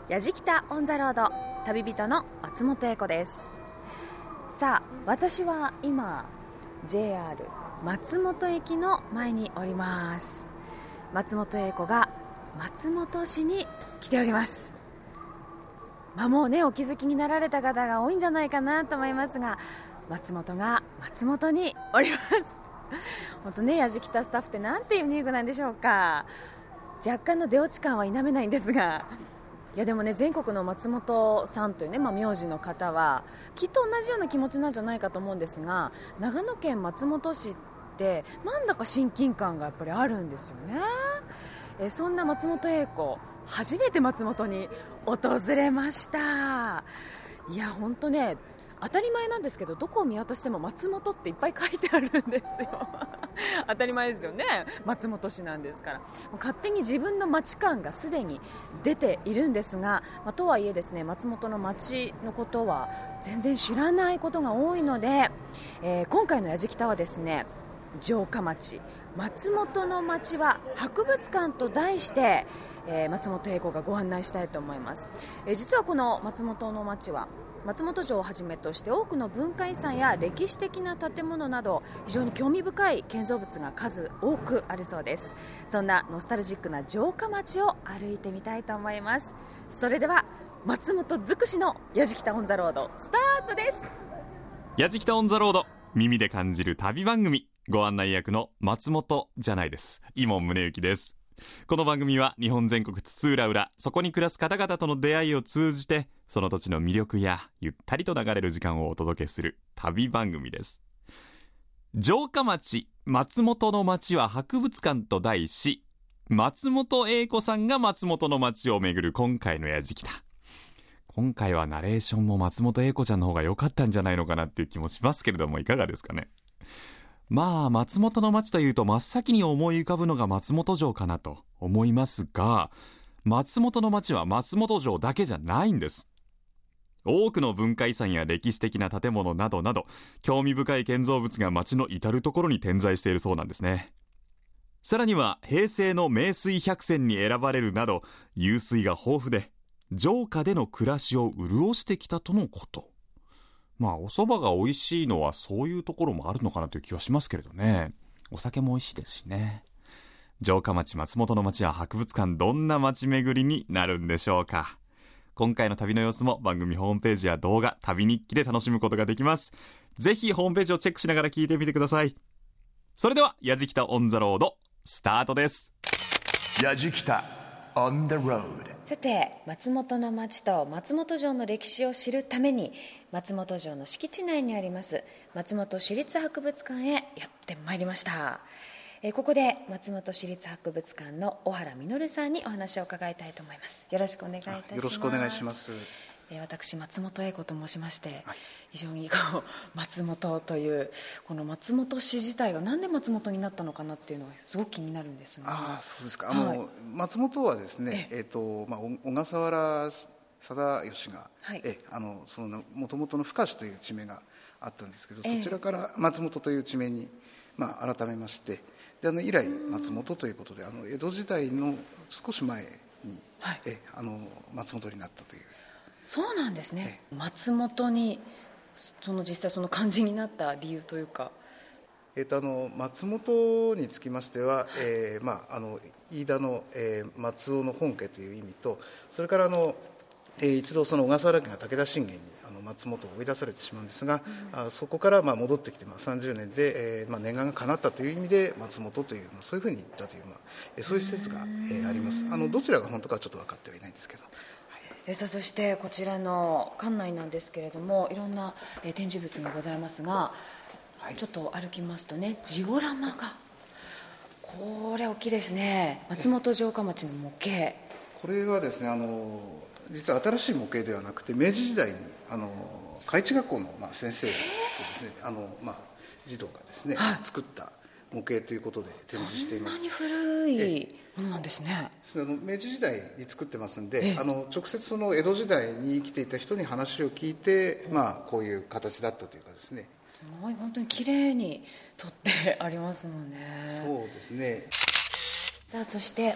やじきたオンザロード、旅人の松本英子です。さあ、私は今 JR 松本駅の前におります。松本英子が松本市に来ております。もうね、お気づきになられた方が多いんじゃないかなと思いますが、松本が松本におります。本当ね、やじきたスタッフってなんてユニークなんでしょうか。若干の出落ち感は否めないんですが、いやでもね、全国の松本さんというね、名字の方はきっと同じような気持ちなんじゃないかと思うんですが、長野県松本市ってなんだか親近感がやっぱりあるんですよね。そんな松本英子、初めて松本に訪れました。いや本当ね、当たり前なんですけど、どこを見渡しても松本っていっぱい書いてあるんですよ。当たり前ですよね、松本市なんですから。勝手に自分の町感がすでに出ているんですが、とはいえですね、松本の町のことは全然知らないことが多いので、今回のやじきたはですね、城下町松本の町は博物館と題して、松本英子がご案内したいと思います。実はこの松本の町は松本城をはじめとして多くの文化遺産や歴史的な建物など非常に興味深い建造物が数多くあるそうです。そんなノスタルジックな城下町を歩いてみたいと思います。それでは松本尽くしのやじきたオンザロードスタートです。 やじきたオンザロード、耳で感じる旅番組、ご案内役の松本じゃないです、伊門宗行です。この番組は日本全国津々浦々、そこに暮らす方々との出会いを通じて、その土地の魅力やゆったりと流れる時間をお届けする旅番組です。城下町松本の町は博物館と題し、松本英子さんが松本の町を巡る今回のやじきた。今回はナレーションも松本英子ちゃんの方が良かったんじゃないのかなっていう気もしますけれども、いかがですかね。松本の町というと真っ先に思い浮かぶのが松本城かなと思いますが、松本の町は松本城だけじゃないんです。多くの文化遺産や歴史的な建物などなど、興味深い建造物が町の至る所に点在しているそうなんですね。さらには平成の名水百選に選ばれるなど、湧水が豊富で城下での暮らしを潤してきたとのこと。お蕎麦が美味しいのはそういうところもあるのかなという気はしますけれどね。お酒も美味しいですしね。城下町松本の町や博物館、どんな町巡りになるんでしょうか。今回の旅の様子も番組ホームページや動画、旅日記で楽しむことができます。ぜひホームページをチェックしながら聞いてみてください。それではやじきたオンザロードスタートです。 やじきたオンザロード。 さて、松本の町と松本城の歴史を知るために、松本城の敷地内にあります松本市立博物館へやってまいりました。ここで松本市立博物館の小原実さんにお話を伺いたいと思います。よろしくお願いいたします。 よろしくお願いします。 私松本英子と申しまして、非常に松本というこの松本市自体がなんで松本になったのかなっていうのがすごく気になるんですが。 そうですか。松本はですね、小笠原貞義が、その元々の深志という地名があったんですけど、そちらから松本という地名に、改めまして、で以来松本ということで、江戸時代の少し前に、松本になったという。 そうなんですね。松本に実際その漢字になった理由というか。 松本につきましては、飯田の、松尾の本家という意味と、それから一度その小笠原家が武田信玄に松本を追い出されてしまうんですが、そこから戻ってきて、30年で、念願が叶ったという意味で松本という、そういうふうに言ったという、そういう施設が、あります。どちらが本当かはちょっと分かってはいないんですけど。 そしてこちらの館内なんですけれども、いろんな展示物がございますが、ちょっと歩きますとね、ジオラマがこれ大きいですね。松本城下町の模型。 これはですね、実は新しい模型ではなくて、明治時代に開智学校の先生とですね、児童がですね、作った模型ということで展示しています。 そんなに古いものなんですね。 明治時代に作ってますんで、直接その江戸時代に生きていた人に話を聞いて、こういう形だったというかですね。 すごい、本当に綺麗に撮ってありますもんね。 そうですね。 さあ、そして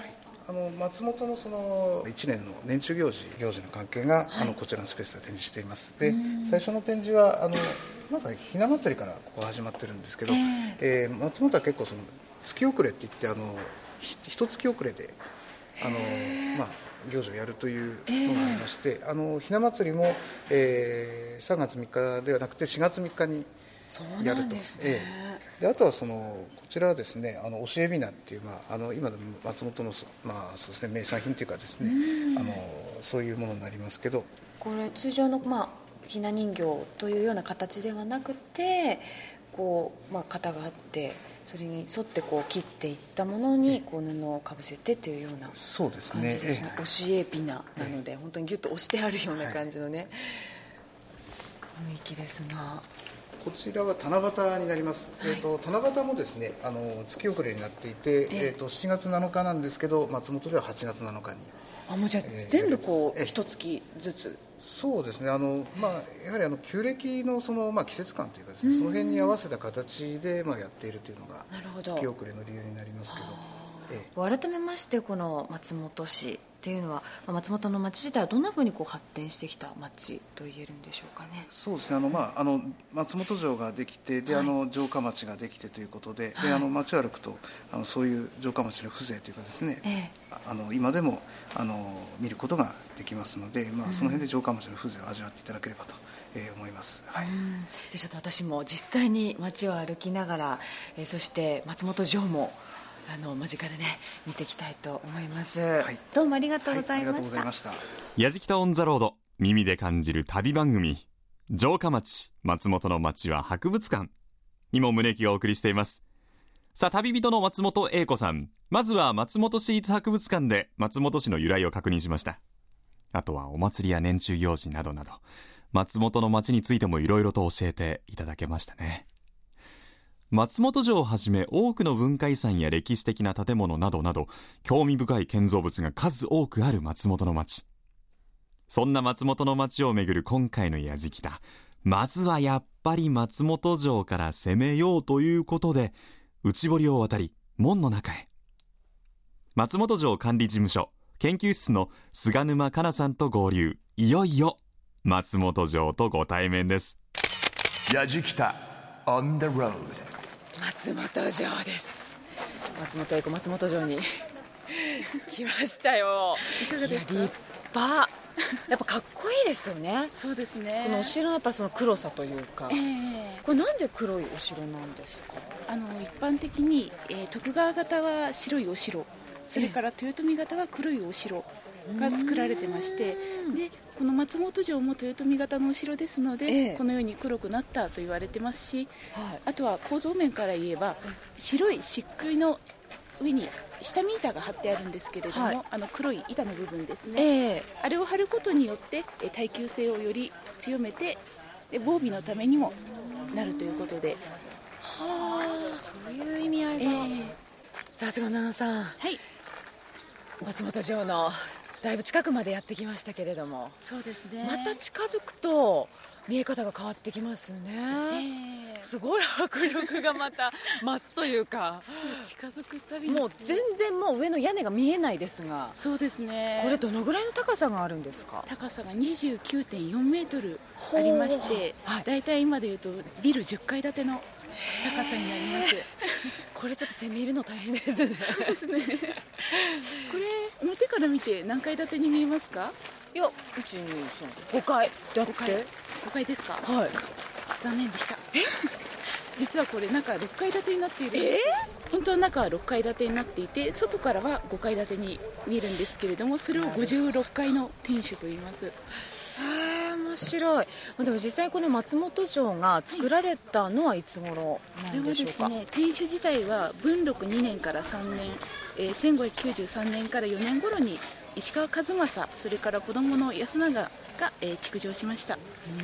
松本のその1年の年中行事の関係が、こちらのスペースで展示しています。で、最初の展示はまずはひな祭りからここが始まってるんですけど、松本は結構その月遅れっていって一月遅れで行事をやるというのがありまして、ひな祭りも、3月3日ではなくて4月3日にやると。であとはこちらはですね、教えびなっていう、今でも松本の、そうですね、名産品というかですね、そういうものになりますけど、 これ通常の、ひな人形というような形ではなくて型があってそれに沿って切っていったものに布をかぶせてというような感じで、 そうですね、 教えびななので、本当にギュッと押してあるような感じのね、雰囲気ですが、 こちらは七夕になります。七夕もですね、月遅れになっていて、7月7日なんですけど、松本では8月7日に。 もうじゃあ全部一月ずつ。 そうですね、やはり旧暦の季節感というかですね、その辺に合わせた形でやっているというのが月遅れの理由になりますけど、 改めましてこの松本市っていうのは、松本の町自体はどんなふうに発展してきた町と言えるんでしょうかね。 そうですね、松本城ができて、で城下町ができてということで、町を歩くとそういう城下町の風情というかですね、今でも見ることができますので、その辺で城下町の風情を味わっていただければと思います。じゃあちょっと私も実際に町を歩きながら、そして松本城も間近でね見ていきたいと思います。どうもありがとうございました。 やじきたオンザロード、耳で感じる旅番組、城下町松本の町は博物館にも宗行がお送りしています。さあ、旅人の松本英子さん、まずは松本市立博物館で松本市の由来を確認しました。あとはお祭りや年中行事などなど、松本の町についてもいろいろと教えていただけましたね。松本城をはじめ多くの文化遺産や歴史的な建物などなど、興味深い建造物が数多くある松本の町。そんな松本の町をめぐる今回のやじきた、まずはやっぱり松本城から攻めようということで、内堀を渡り門の中へ。松本城管理事務所研究室の菅沼香奈さんと合流、いよいよ松本城とご対面です。 やじきた on the road。 松本城です。松本英子松本城に来ましたよ。 いかがですか？ 立派。やっぱかっこいいですよね。 そうですね。 このお城のやっぱりその黒さというか、これなんで黒いお城なんですか？ 一般的に、徳川方は白いお城、それから豊臣方は黒いお城が作られてまして、でこの松本城も豊臣方のお城ですので、このように黒くなったと言われてますし、あとは構造面から言えば白い漆喰の上に下見板が張ってあるんですけれども、黒い板の部分ですね、あれを張ることによって耐久性をより強めて、防備のためにもなるということで、 そういう意味合いが、さすが奈々さん、松本城のだいぶ近くまでやってきましたけれども、 そうですね、 また近づくと見え方が変わってきますよね、すごい迫力がまた増すというか近づくたびにもう全然もう上の屋根が見えないですが、 そうですね、 これどのぐらいの高さがあるんですか？ 高さが 29.4 メートルありまして、だいたい今でいうとビル10階建ての高さになりますこれちょっと攻め入るの大変ですね。 そうですねこれ表から見て何階建てに見えますか？ いや、5階だって。 5階ですか？ はい、 残念でした実はこれ中6階建てになっているんです。本当は中は6階建てになっていて、外からは5階建てに見えるんですけれども、それを56階の天守と言います。 面白い。でも実際この松本城が作られたのはいつ頃なんでしょうか？ これはですね、天守自体は文禄2年から3年、1593年から4年頃に石川数正、それから子供の安永が、築城しました。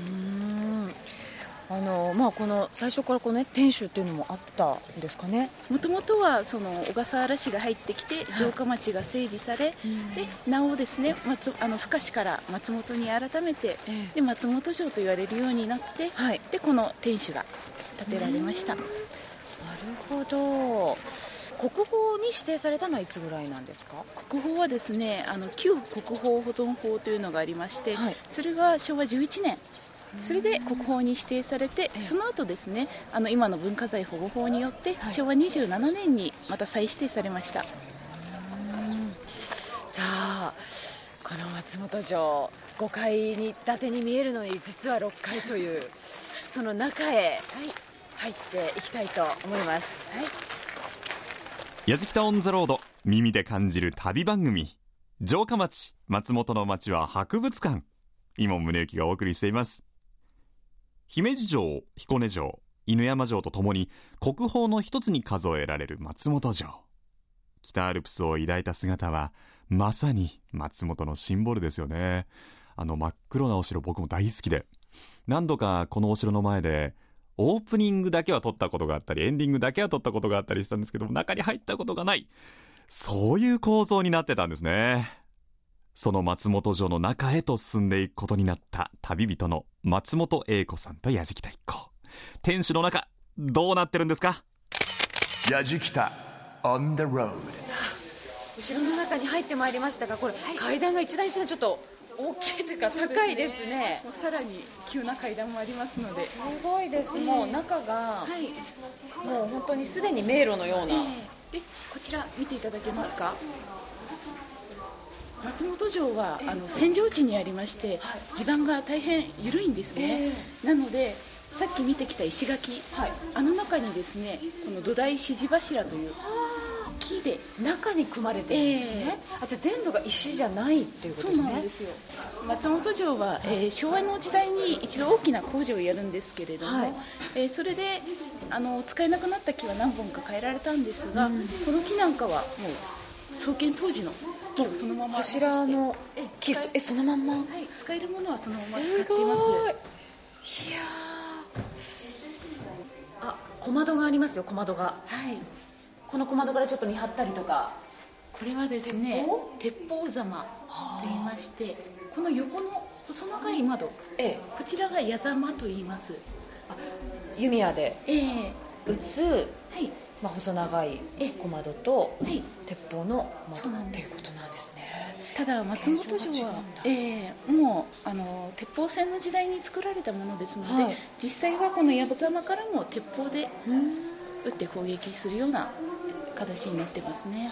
この最初からこの、天守っていうのもあったんですかね？ もともとはその小笠原市が入ってきて城下町が整備され、でなおですね、深市から松本に改めて、で松本城と言われるようになって、でこの天守が建てられました。 なるほど。 国宝に指定されたのはいつぐらいなんですか？ 国宝はですね、旧国宝保存法というのがありまして、 はい、 それが昭和11年、それで国宝に指定されて、その後ですね、今の文化財保護法によって、昭和27年にまた再指定されました。 さあ、この松本城、5階に建てに見えるのに実は6階という、その中へ入っていきたいと思います。はい、 やじきたオンザロード、耳で感じる旅番組、城下町松本の町は博物館、伊門宗行がお送りしています。姫路城、彦根城、犬山城とともに国宝の一つに数えられる松本城。北アルプスを抱いた姿はまさに松本のシンボルですよね。真っ黒なお城、僕も大好きで、何度かこのお城の前でオープニングだけは撮ったことがあったり、エンディングだけは撮ったことがあったりしたんですけども、中に入ったことがない、そういう構造になってたんですね。その松本城の中へと進んでいくことになった旅人の松本英子さんとやじきた一行。天守の中どうなってるんですか？ やじきた on the road。 後ろの中に入ってまいりましたが、これ、階段が一段一段ちょっと大きいというか高いですね。 もうさらに急な階段もありますので、 すごいです。もう中が、もう本当にすでに迷路のような、 でこちら見ていただけますか？松本城は扇状地にありまして、地盤が大変緩いんですね。なのでさっき見てきた石垣、あの中にですね、この土台支持柱という木で中に組まれてるんですね。じゃあ全部が石じゃないっていうことですね。 そうなんですよ。松本城は、昭和の時代に一度大きな工事をやるんですけれども、それで使えなくなった木は何本か変えられたんですが、この木なんかはもう創建当時の木をそのまま柱の木、そのまんま、 使えるものはそのまま使っています。 いや小窓がありますよ。小窓が、この小窓からちょっと見張ったりとか。 これはですね、鉄砲ざまと言いまして、この横の細長い窓、こちらが矢ざまと言います。 弓矢で撃つ、細長い小窓と鉄砲の窓っていうことなんですね。 ただ松本城は、もう鉄砲戦の時代に作られたものですので、実際はこの矢ざまからも鉄砲で撃って攻撃するような形になってますね。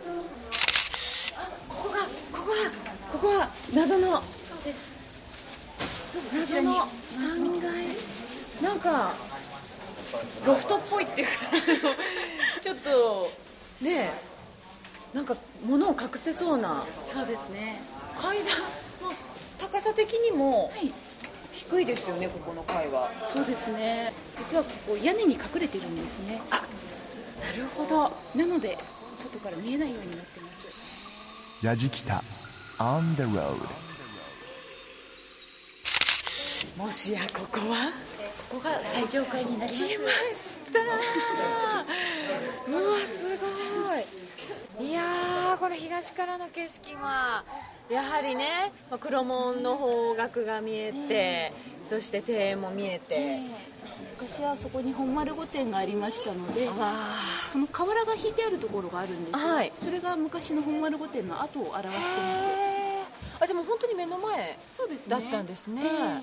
ここは謎の、 そうです、 謎の3階、なんかロフトっぽいっていうかちょっとね、なんか物を隠せそうな。 そうですね。 階段の高さ的にも低いですよね、ここの階は。 そうですね。実はここ屋根に隠れてるんですね。 なるほど。 なので外から見えないようになってます。 やじきた on the road。 もしやここは、 ここが最上階になります。 来ましたうわ、すごい。いやー、これ東からの景色はやはりね、黒門の方角が見えて、そして庭園も見えて、 昔はそこに本丸御殿がありましたので、その瓦が引いてあるところがあるんですよ、それが昔の本丸御殿の跡を表しています。 じゃあもう本当に目の前だったんですね。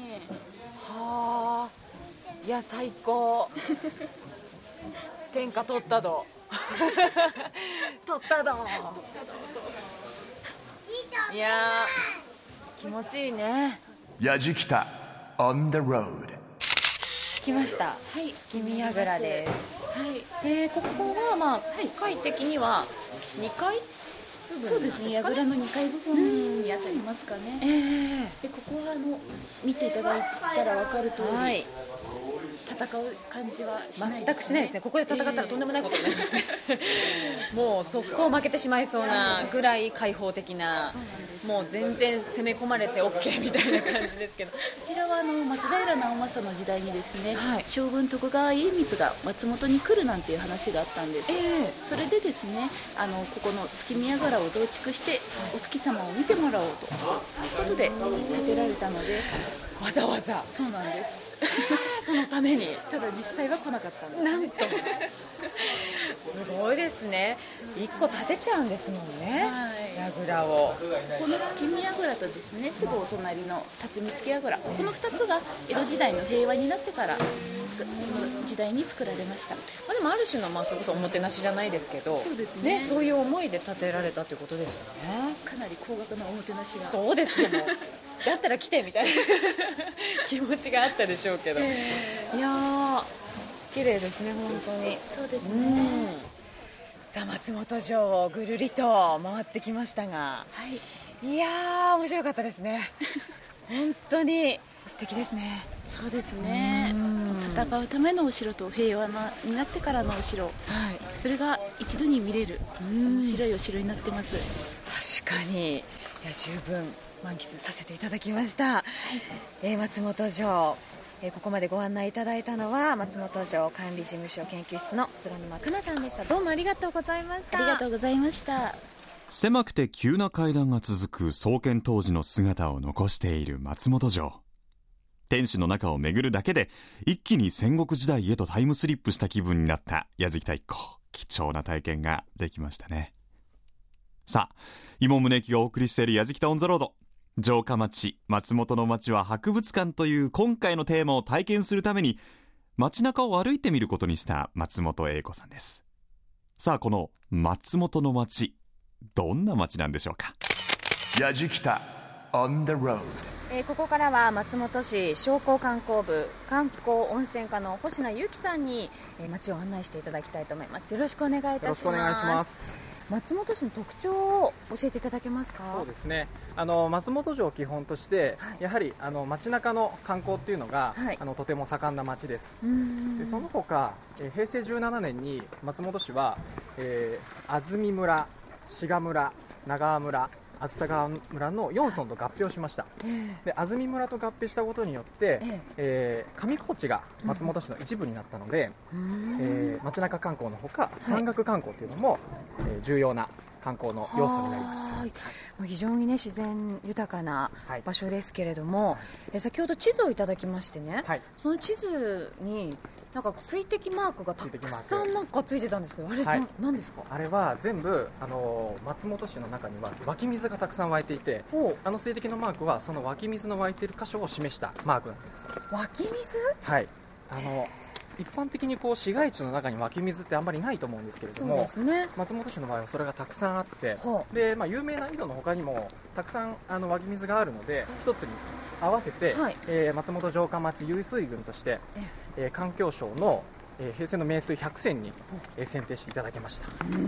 はあ、いや最高天下取ったど取ったどいや気持ちいいね。 やじきた on the road。 来ました、月見櫓です。ここは階的には2階部分そうですね、櫓の2階部分にあたりますかね。でここは見ていただいたら分かる通り、戦う感じはしないですね。 全くしないですね。ここで戦ったらとんでもないことになりますねもう速攻負けてしまいそうなぐらい開放的な、もう全然攻め込まれて OK みたいな感じですけど、こちらは松平直政の時代にですね、将軍徳川家光が松本に来るなんていう話があったんです。それでですね、ここの月見櫓を増築してお月様を見てもらおうということで建てられたので、 わざわざ。 そうなんですそのために。 ただ実際は来なかったんです。 なんとすごいですね。1個建てちゃうんですもんね、櫓を。 この月見櫓とですね、すぐお隣の辰巳月櫓、この2つが江戸時代の平和になってからこの時代に作られました。 でもある種の、それこそおもてなしじゃないですけど、 そうですね、 そういう思いで建てられたということですよね。 かなり高額なおもてなしが。 そうですよだったら来てみたいな気持ちがあったでしょうけど、いやー綺麗ですね、本当に。 そうですね。 さあ松本城をぐるりと回ってきましたが、いやー面白かったですね本当に素敵ですね。 そうですね、戦うためのお城と平和になってからのお城、それが一度に見れる面白いお城になってます。 確かに、いや十分満喫させていただきました、松本城、ここまでご案内いただいたのは松本城管理事務所研究室の菅沼香奈さんでした。どうもありがとうございました。 ありがとうございました。 狭くて急な階段が続く創建当時の姿を残している松本城。天守の中を巡るだけで一気に戦国時代へとタイムスリップした気分になった矢敷太一行、貴重な体験ができましたね。さあ、今宗行がお送りしている矢敷太オンザロード、城下町松本の町は博物館という今回のテーマを体験するために街中を歩いてみることにした松本英子さんです。さあ、この松本の町、どんな町なんでしょうか。 矢敷太 on the road。 ここからは松本市商工観光部観光温泉課の星名由紀さんに町を案内していただきたいと思います。よろしくお願いいたします。 よろしくお願いします。 松本市の特徴を教えていただけますか。 そうですね、松本城を基本として、やはり街中の観光っていうのが、とても盛んな町です。でその他、平成17年に松本市は、安曇村、志賀村、長川村、梓川村の4村と合併をしました。で安曇村と合併したことによって、上高地が松本市の一部になったので、街中観光のほか山岳観光というのも、重要な観光の要素になりました。 非常に、自然豊かな場所ですけれども、先ほど地図をいただきましてね、その地図になんか水滴マークがたくさんなんかついてたんですけど、あれ、何ですか。 あれは全部松本市の中には湧き水がたくさん湧いていて、水滴のマークはその湧き水の湧いている箇所を示したマークなんです。 湧き水。 はい、一般的に市街地の中に湧き水ってあんまりないと思うんですけれども、松本市の場合はそれがたくさんあって、で、有名な井戸の他にもたくさん湧き水があるので、一つに合わせて、松本城下町湧水群として、環境省の、平成の名水100選に、選定していただきました。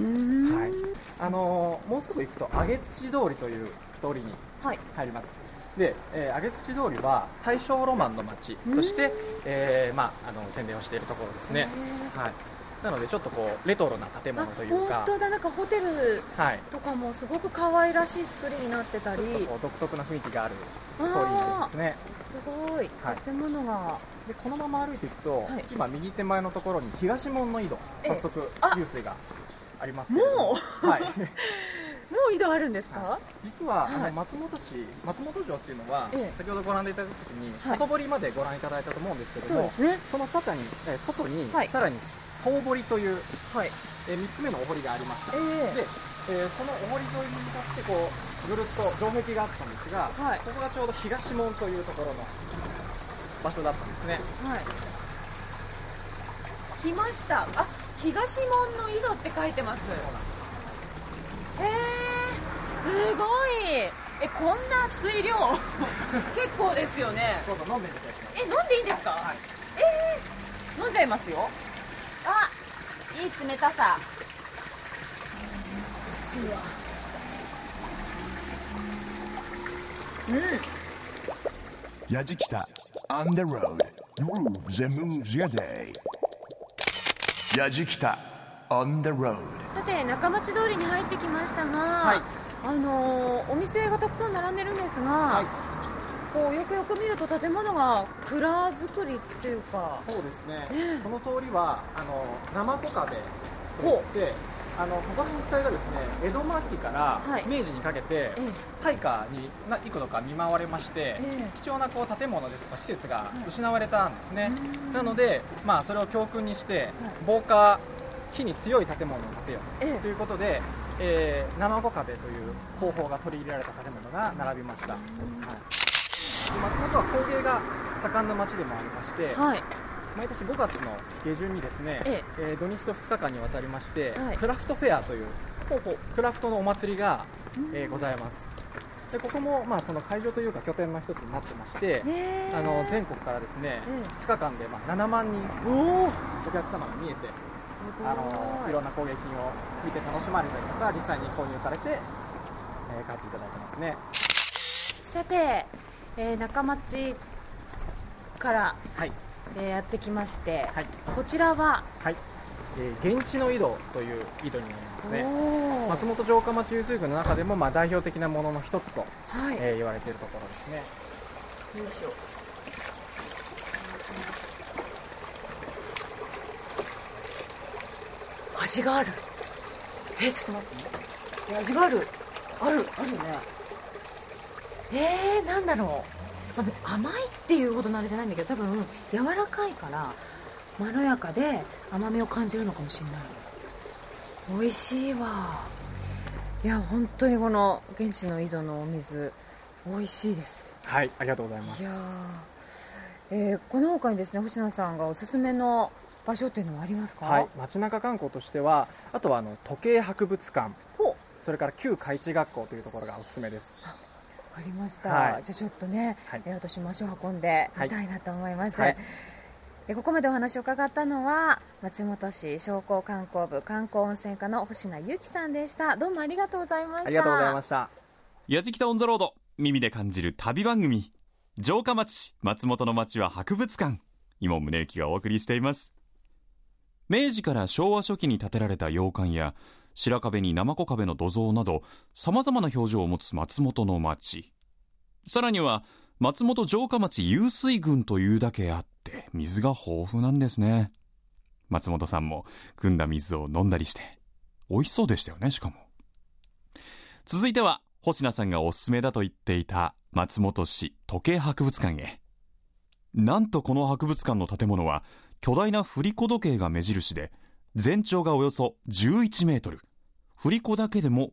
もうすぐ行くと上土通りという通りに入ります。で、上土通りは大正ロマンの街として、宣伝をしているところですね。なのでちょっとレトロな建物というか、 本当だ、なんかホテルとかもすごく可愛らしい作りになってたり、 独特な雰囲気がある通りですね。 すごい建物が、 でこのまま歩いていくと、今右手前のところに東門の井戸、早速湧水がありますけれども、もう井戸あるんですか。 実は松本城っていうのは、先ほどご覧いただいた時に外堀までご覧いただいたと思うんですけれども、その外にさらに総堀という、3つ目のお堀がありました。で、そのお堀沿いに向かってぐるっと城壁があったんですが、ここがちょうど東門というところの場所だったんですね。 来ました。東門の井戸って書いてます。すごい。こんな水量結構ですよね。 どうぞ飲んでみてください。 飲んでいいんですか。飲んじゃいますよ。いい冷たさ。美味しいわ。 矢敷太 on the road grooves and moves your day。 矢敷太 on the road。 さて中町通りに入ってきましたが、お店がたくさん並んでるんですが、よくよく見ると建物が蔵造りっていうか。 そうですね、この通りは生小壁といって、 ここの一帯がですね、江戸末期から明治にかけて、大火に幾度か見舞われまして、貴重な建物ですとか施設が失われたんですね。なので、それを教訓にして、防火、火に強い建物を建てようということで、生子壁という工法が取り入れられた建物が並びました。松本は工芸が盛んな町でもありまして、毎年5月の下旬にですね、土日と2日間にわたりまして、クラフトフェアというクラフトのお祭りが、ございます。でここも、その会場というか拠点の一つになってまして、全国からですね、2日間で、7万人お客様が見えて、いろんな工芸品を見て楽しまれたりとか、実際に購入されて、帰っていただいてますね。 さて、中町から、やってきまして、こちらは、 現地の井戸という井戸になりますね。松本城下町湧水群の中でも、代表的なものの一つと、言われているところですね。 よいしょ。味がある。ちょっと待って。味がある。あるね。なんだろう。甘いっていうほどのあれじゃないんだけど、多分柔らかいからまろやかで甘みを感じるのかもしれない。美味しいわ。いや、本当にこの現地の井戸のお水美味しいです。 はい、ありがとうございます。 いや、この他にですね、星名さんがおすすめの場所っていうのはありますか？ 街中観光としては、あとは時計博物館、それから旧海地学校というところがおすすめです。 わかりました。じゃあちょっとね、私も足を運んでみたいなと思います。ここまでお話を伺ったのは松本市商工観光部観光温泉課の星名由紀さんでした。どうもありがとうございました。 ありがとうございました。 やじきたオンザロード、耳で感じる旅番組、城下町松本の町は博物館、今宗行がお送りしています。明治から昭和初期に建てられた洋館や白壁に生子壁の土蔵など、様々な表情を持つ松本の町。さらには松本城下町湧水群というだけあって水が豊富なんですね。松本さんも汲んだ水を飲んだりして美味しそうでしたよね。しかも続いては星名さんがおすすめだと言っていた松本市時計博物館へ。なんとこの博物館の建物は巨大な振り子時計が目印で、全長がおよそ11メートル、振り子だけでも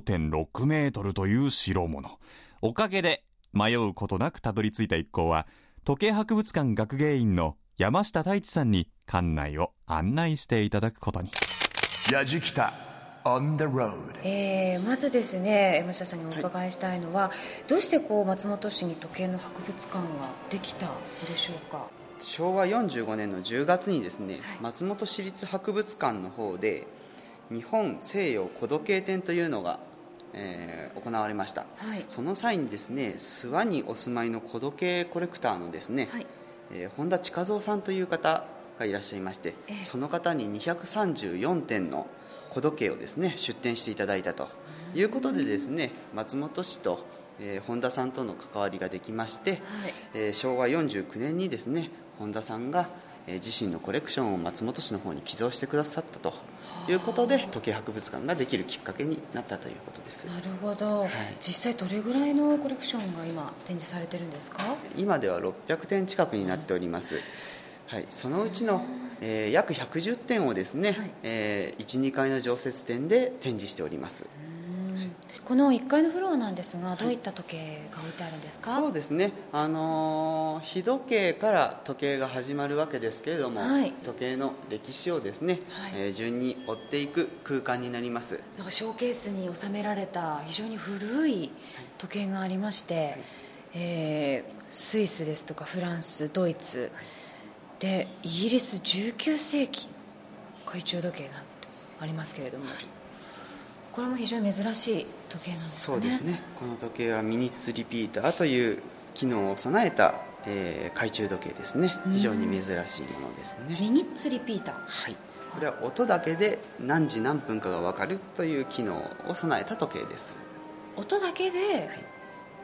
5.6 メートルという代物。おかげで迷うことなくたどり着いた一行は、時計博物館学芸員の山下太一さんに館内を案内していただくことに。 やじきた on the road。 まずですね、山下さんにお伺いしたいのは、どうして松本市に時計の博物館ができたんでしょうか？ 昭和45年の10月にですね、松本市立博物館の方で日本西洋古時計展というのが、行われました。その際にですね、諏訪にお住まいの古時計コレクターのですね、本田親三さんという方がいらっしゃいまして、その方に234点の古時計をですね出展していただいたということでですね、松本市と本田さんとの関わりができまして、昭和49年にですね本田さんが自身のコレクションを松本市の方に寄贈してくださったということで、時計博物館ができるきっかけになったということです。 なるほど、実際どれぐらいのコレクションが今展示されてるんですか？ 今では600点近くになっております。そのうちの、約110点をですね、1、2階の常設展で展示しております。 この1階のフロアなんですが、どういった時計が置いてあるんですか？ そうですね、日時計から時計が始まるわけですけれども、時計の歴史をですね、順に追っていく空間になります。 なんかショーケースに収められた非常に古い時計がありまして、スイスですとかフランス、ドイツでイギリス19世紀懐中時計がありますけれども、これも非常に珍しい時計なんですかね？そうですね、 この時計はミニッツリピーターという機能を備えた、懐中時計ですね。非常に珍しいものですね。 ミニッツリピーター、 これは音だけで何時何分かが分かるという機能を備えた時計です。 音だけで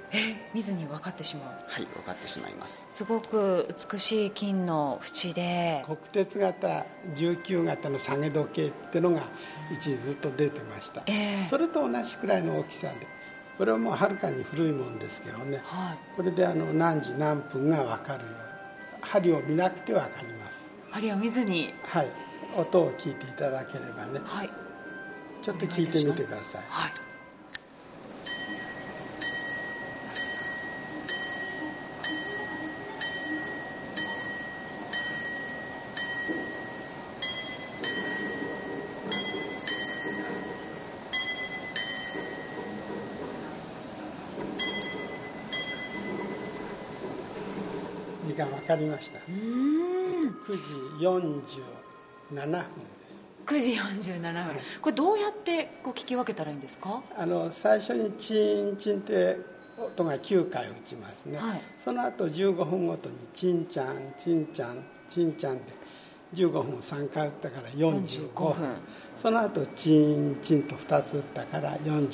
見ずに分かってしまう。 はい、分かってしまいます。 すごく美しい金の縁で、 国鉄型19型の下げ時計っていうのが一時ずっと出てました、それと同じくらいの大きさで、これはもうはるかに古いもんですけどね、これで何時何分が分かるように、針を見なくて分かります。 針を見ずに、 はい、音を聞いていただければね、ちょっと聞いてみてください。時間分かりました。9時47分です。 9時47分、これどうやってこう聞き分けたらいいんですか？ 最初にチンチンって音が9回打ちますね、その後15分ごとにチンチャンチンチャンチンチャンで15分を3回打ったから45分、その後チンチンと2つ打ったから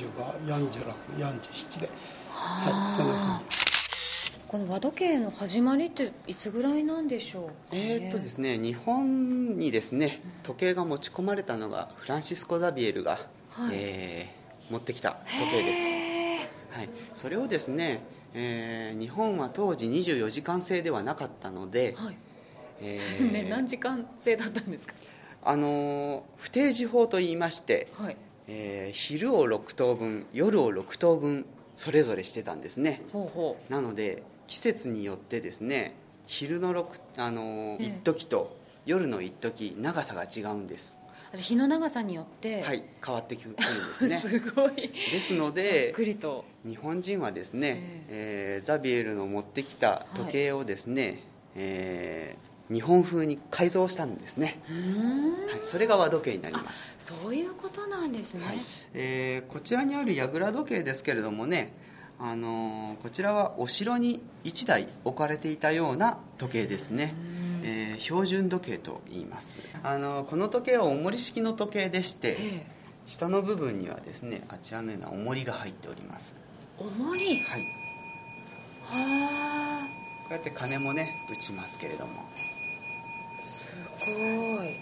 45、46、47で、そのふうに。 この和時計の始まりっていつぐらいなんでしょうかね？ ですね、日本にですね、時計が持ち込まれたのがフランシスコ・ザビエルが、持ってきた時計です。それをですね、日本は当時24時間制ではなかったので、 何時間制だったんですか？ 不定時法といいまして、昼を6等分、夜を6等分それぞれしてたんですね。なので季節によってですね、昼の一時と夜の一時、長さが違うんです。 日の長さによって変わってくるんですね。 すごい。 ですのでざっくりと日本人はですね、ザビエルの持ってきた時計をですね、日本風に改造したんですね。それが和時計になります。 そういうことなんですね。 こちらにある櫓時計ですけれどもね、こちらはお城に1台置かれていたような時計ですね。標準時計と言います。この時計は重り式の時計でして、下の部分にはですね、あちらのような重りが入っております。 重り？ はい。こうやって鐘もね打ちますけれども、 すごい。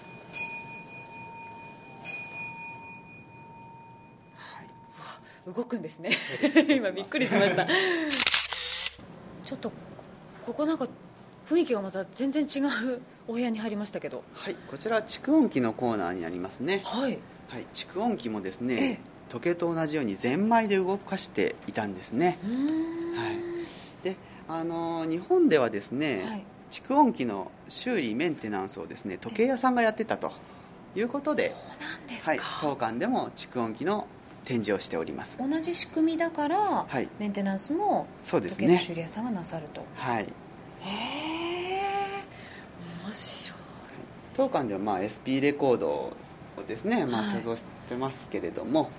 動くんですね。今びっくりしました。ちょっとここなんか雰囲気がまた全然違うお部屋に入りましたけど、 こちらは蓄音機のコーナーになりますね。蓄音機もですね、時計と同じようにゼンマイで動かしていたんですね。で、日本ではですね、蓄音機の修理メンテナンスをですね、時計屋さんがやってたということで、 そうなんですか。 当館でも蓄音機の展示をしております。 同じ仕組みだから、メンテナンスも時計の修理屋さんがなさると。 面白い。当館ではSP レコードをですね、所蔵してますけれども、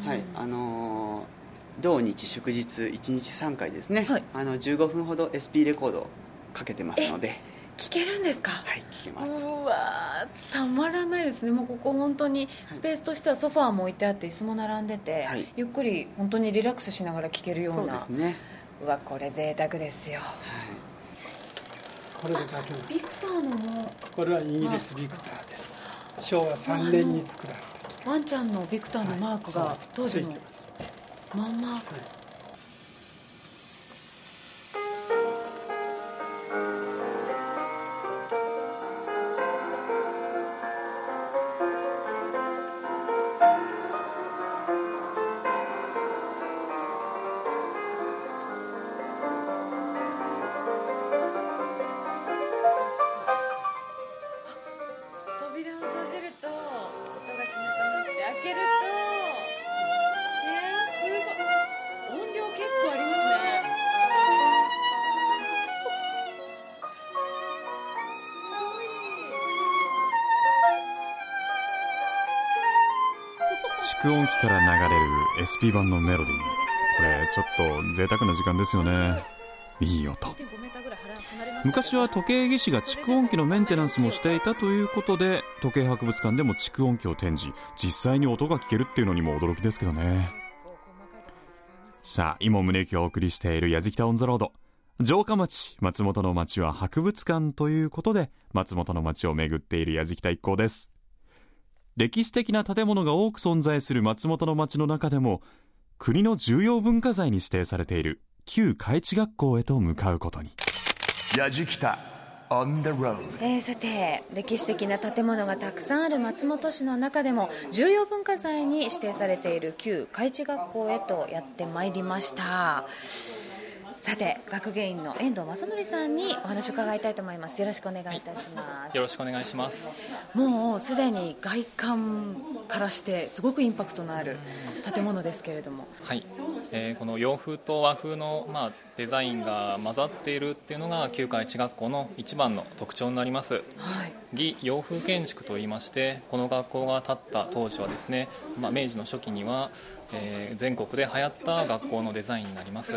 同日祝日1日3回ですね、15分ほど SP レコードをかけてますので。 聞けるんですか？ 聞けます。 うわー、たまらないですね。もうここ本当にスペースとしてはソファーも置いてあって椅子も並んでて、ゆっくり本当にリラックスしながら聞けるような。 そうですね。 うわ、これ贅沢ですよ。 これだけのビクターのも、 これはイギリスビクターです。昭和3年に作られた。 ワンちゃんのビクターのマークが当時のまんま。 蓄音機から流れる SP 版のメロディー、これちょっと贅沢な時間ですよね。いい音。昔は時計技師が蓄音機のメンテナンスもしていたということで、時計博物館でも蓄音機を展示、実際に音が聞けるっていうのにも驚きですけどね。 さあ、今宗行がお送りしているやじきたオンザロード。城下町、松本の町は博物館ということで、松本の町を巡っているやじきた一行です。歴史的な建物が多く存在する松本の町の中でも、国の重要文化財に指定されている旧開智学校へと向かうことに。 やじきたOn the road。 さて、歴史的な建物がたくさんある松本市の中でも重要文化財に指定されている旧開智学校へとやってまいりました。さて、学芸員の遠藤正則さんにお話を伺いたいと思います。よろしくお願いいたします。 よろしくお願いします。 もうすでに外観からしてすごくインパクトのある建物ですけれども、 はい、この洋風と和風の、デザインが混ざっているっていうのが旧開智学校の一番の特徴になります。 はい、 擬洋風建築といいまして、この学校が建った当時はですね、明治の初期には、全国で流行った学校のデザインになります。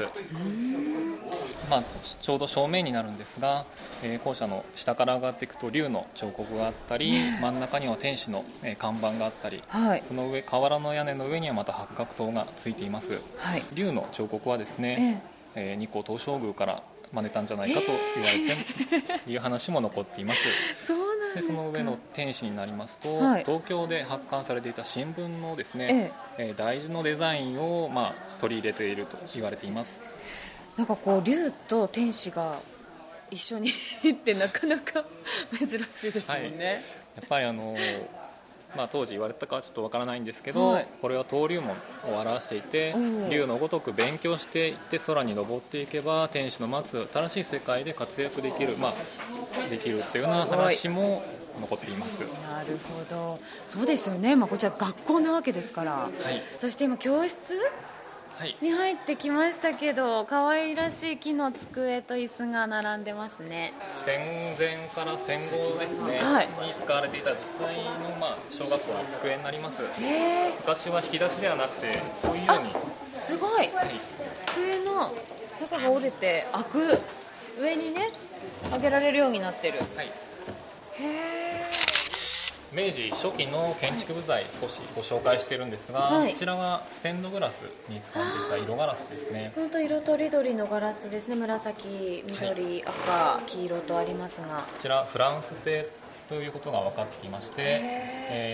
ちょうど正面になるんですが、校舎の下から上がっていくと竜の彫刻があったり、真ん中には天使の、看板があったり、 はい、 この上、瓦の屋根の上にはまた八角塔がついています。 はい、 竜の彫刻はですね、日光東照宮から真似たんじゃないかと言われて、いう話も残っています。 そうなんですか。 でその上の天使になりますと、 はい、 東京で発刊されていた新聞のですね、大事のデザインを、取り入れていると言われています。 なんかこう竜と天使が一緒にってなかなか珍しいですもんね。 はい、やっぱり当時言われたかはちょっとわからないんですけど、これは登竜門を表していて、竜のごとく勉強していって空に登っていけば天使の待つ新しい世界で活躍できる、できるっていうような話も残っています。 なるほど、そうですよね。こちら学校なわけですから、 はい、 そして今教室に入ってきましたけど、可愛らしい木の机と椅子が並んでますね。 戦前から戦後ですね、に使われていた実際の、小学校の机になります。昔は引き出しではなくてこういうようにすごい、机の中が折れて開く、上にね上げられるようになってる。 はい、 へえ。 明治初期の建築部材少しご紹介しているんですが、こちらがステンドグラスに使っていた色ガラスですね。 本当色とりどりのガラスですね。紫、緑、赤、黄色とありますが、 こちらフランス製ということが分かっていまして、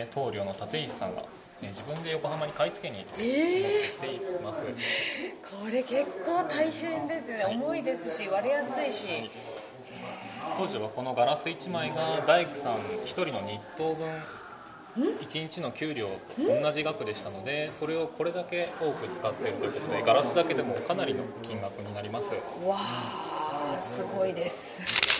棟梁の立石さんが自分で横浜に買い付けに持ってきています。 これ結構大変ですよね。重いですし割れやすいし、 当時はこのガラス1枚が大工さん1人の日当分1日の給料と同じ額でしたので、それをこれだけ多く使っているということで、ガラスだけでもかなりの金額になります。 わー、すごいです。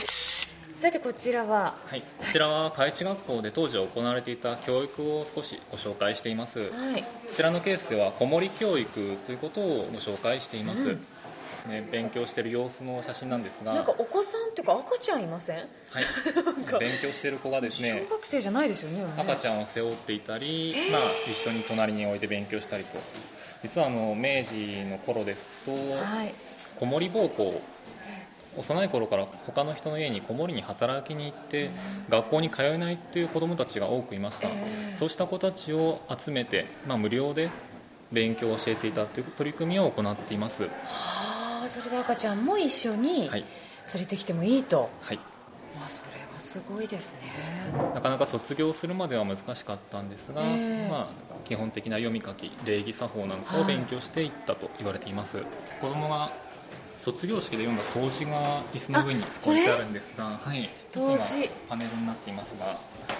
さてこちらは、 こちらは開智学校で当時行われていた教育を少しご紹介しています。こちらのケースでは子守教育ということをご紹介しています。勉強している様子の写真なんですが、 なんかお子さんというか赤ちゃんいません？ 勉強している子がですね、 小学生じゃないですよね。 赤ちゃんを背負っていたり、一緒に隣に置いて勉強したりと。実は明治の頃ですと、子守奉公、幼い頃から他の人の家に子守に働きに行って学校に通えないという子どもたちが多くいました。そうした子たちを集めて、無料で勉強を教えていたという取り組みを行っています。 それで赤ちゃんも一緒に連れてきてもいいと。それはすごいですね。 なかなか卒業するまでは難しかったんですが、基本的な読み書き、礼儀作法なんかを勉強していったと言われています。子供が卒業式で読んだ答辞が椅子の上に置いてあるんですが、 答辞パネルになっていますが、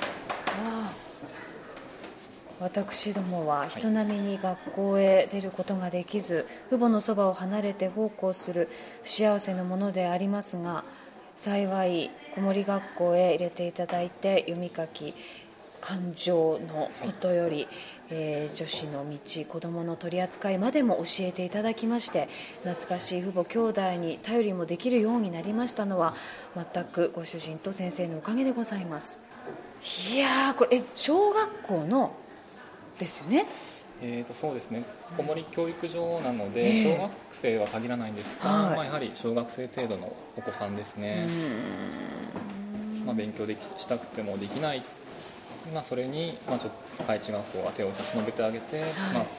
私どもは人並みに学校へ出ることができず、父母のそばを離れて奉公する不幸せのものでありますが、幸い子守学校へ入れていただいて、読み書き感情のことより、女子の道、子どもの取り扱いまでも教えていただきまして、懐かしい父母兄弟に頼りもできるようになりましたのは、全くご主人と先生のおかげでございます。いやー、これ小学校のですよね。 そうですね、子守教育所なので、小学生は限らないんですが、やはり小学生程度のお子さんですね。勉強したくてもできない、それに、開智学校が手を差し伸べてあげて、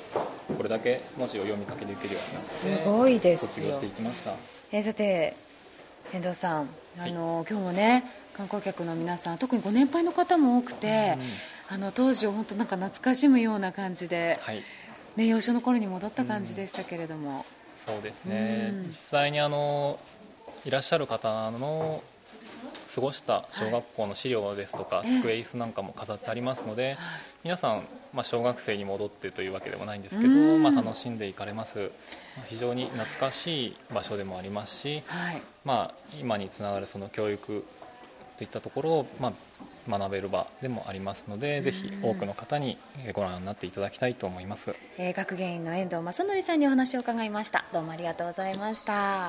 これだけ文字を読み書きできるようになってすごいですよ。 卒業していきました。 さて遠藤さん、今日もね観光客の皆さん特にご年配の方も多くて、当時を本当なんか懐かしむような感じで、幼少の頃に戻った感じでしたけれども、 そうですね、実際にいらっしゃる方の過ごした小学校の資料ですとか、机椅子なんかも飾ってありますので、皆さん、小学生に戻ってというわけでもないんですけど、楽しんでいかれます。非常に懐かしい場所でもありますし、今につながるその教育といったところを、学べる場でもありますので、ぜひ多くの方にご覧になっていただきたいと思います。 学芸員の遠藤正則さんにお話を伺いました。どうもありがとうございました。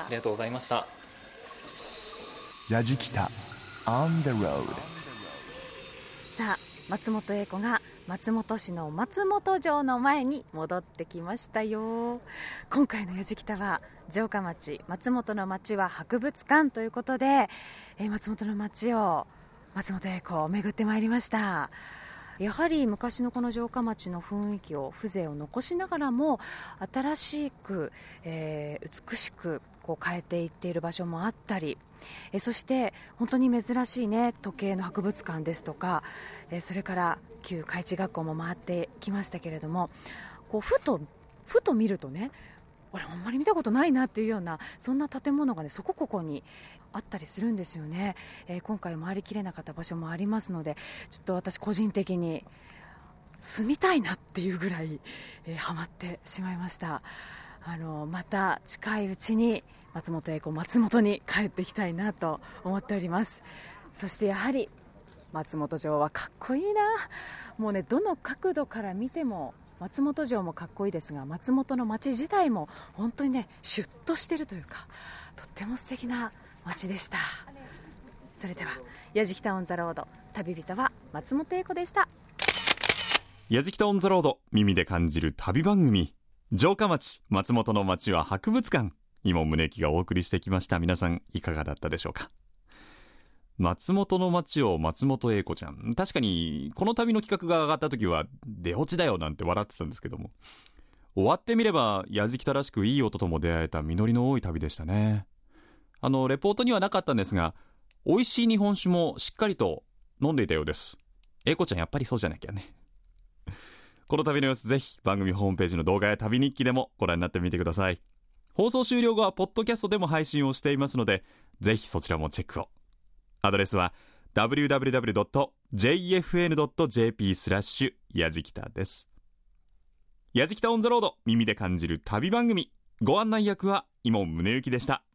ありがとうございました。 やじきた On the road。 さあ松本英子が松本市の松本城の前に戻ってきましたよ。今回のやじきたは城下町松本の町は博物館ということで、松本の町を松本英子を巡ってまいりました。やはり昔のこの城下町の雰囲気を風情を残しながらも新しく、美しく変えていっている場所もあったり、そして本当に珍しいね時計の博物館ですとか、それから旧海地学校も回ってきましたけれども、ふと見るとね、俺あんまり見たことないなっていうようなそんな建物がねそこここにあったりするんですよね。今回回りきれなかった場所もありますので、ちょっと私個人的に住みたいなっていうぐらい、ハマってしまいました。また近いうちに松本英子松本に帰ってきたいなと思っております。そしてやはり松本城はかっこいいな。もうねどの角度から見ても松本城もかっこいいですが、松本の町自体も本当にねシュッとしてるというか、とっても素敵な町でした。それではやじきたオンザロード、旅人は松本英子でした。 やじきたオンザロード、耳で感じる旅番組、城下町松本の町は博物館、今宗行がお送りしてきました。皆さんいかがだったでしょうか。松本の町を松本英子ちゃん、確かにこの旅の企画が上がった時は出落ちだよなんて笑ってたんですけども、終わってみればやじきたらしくいい音とも出会えた実りの多い旅でしたね。レポートにはなかったんですが、美味しい日本酒もしっかりと飲んでいたようです。英子ちゃんやっぱりそうじゃなきゃね。この旅の様子、ぜひ番組ホームページの動画や旅日記でもご覧になってみてください。放送終了後はポッドキャストでも配信をしていますので、ぜひそちらもチェックを。アドレスは www.jfn.jp やじきたです。やじきたオンザロード、耳で感じる旅番組、ご案内役は伊門宗行でした。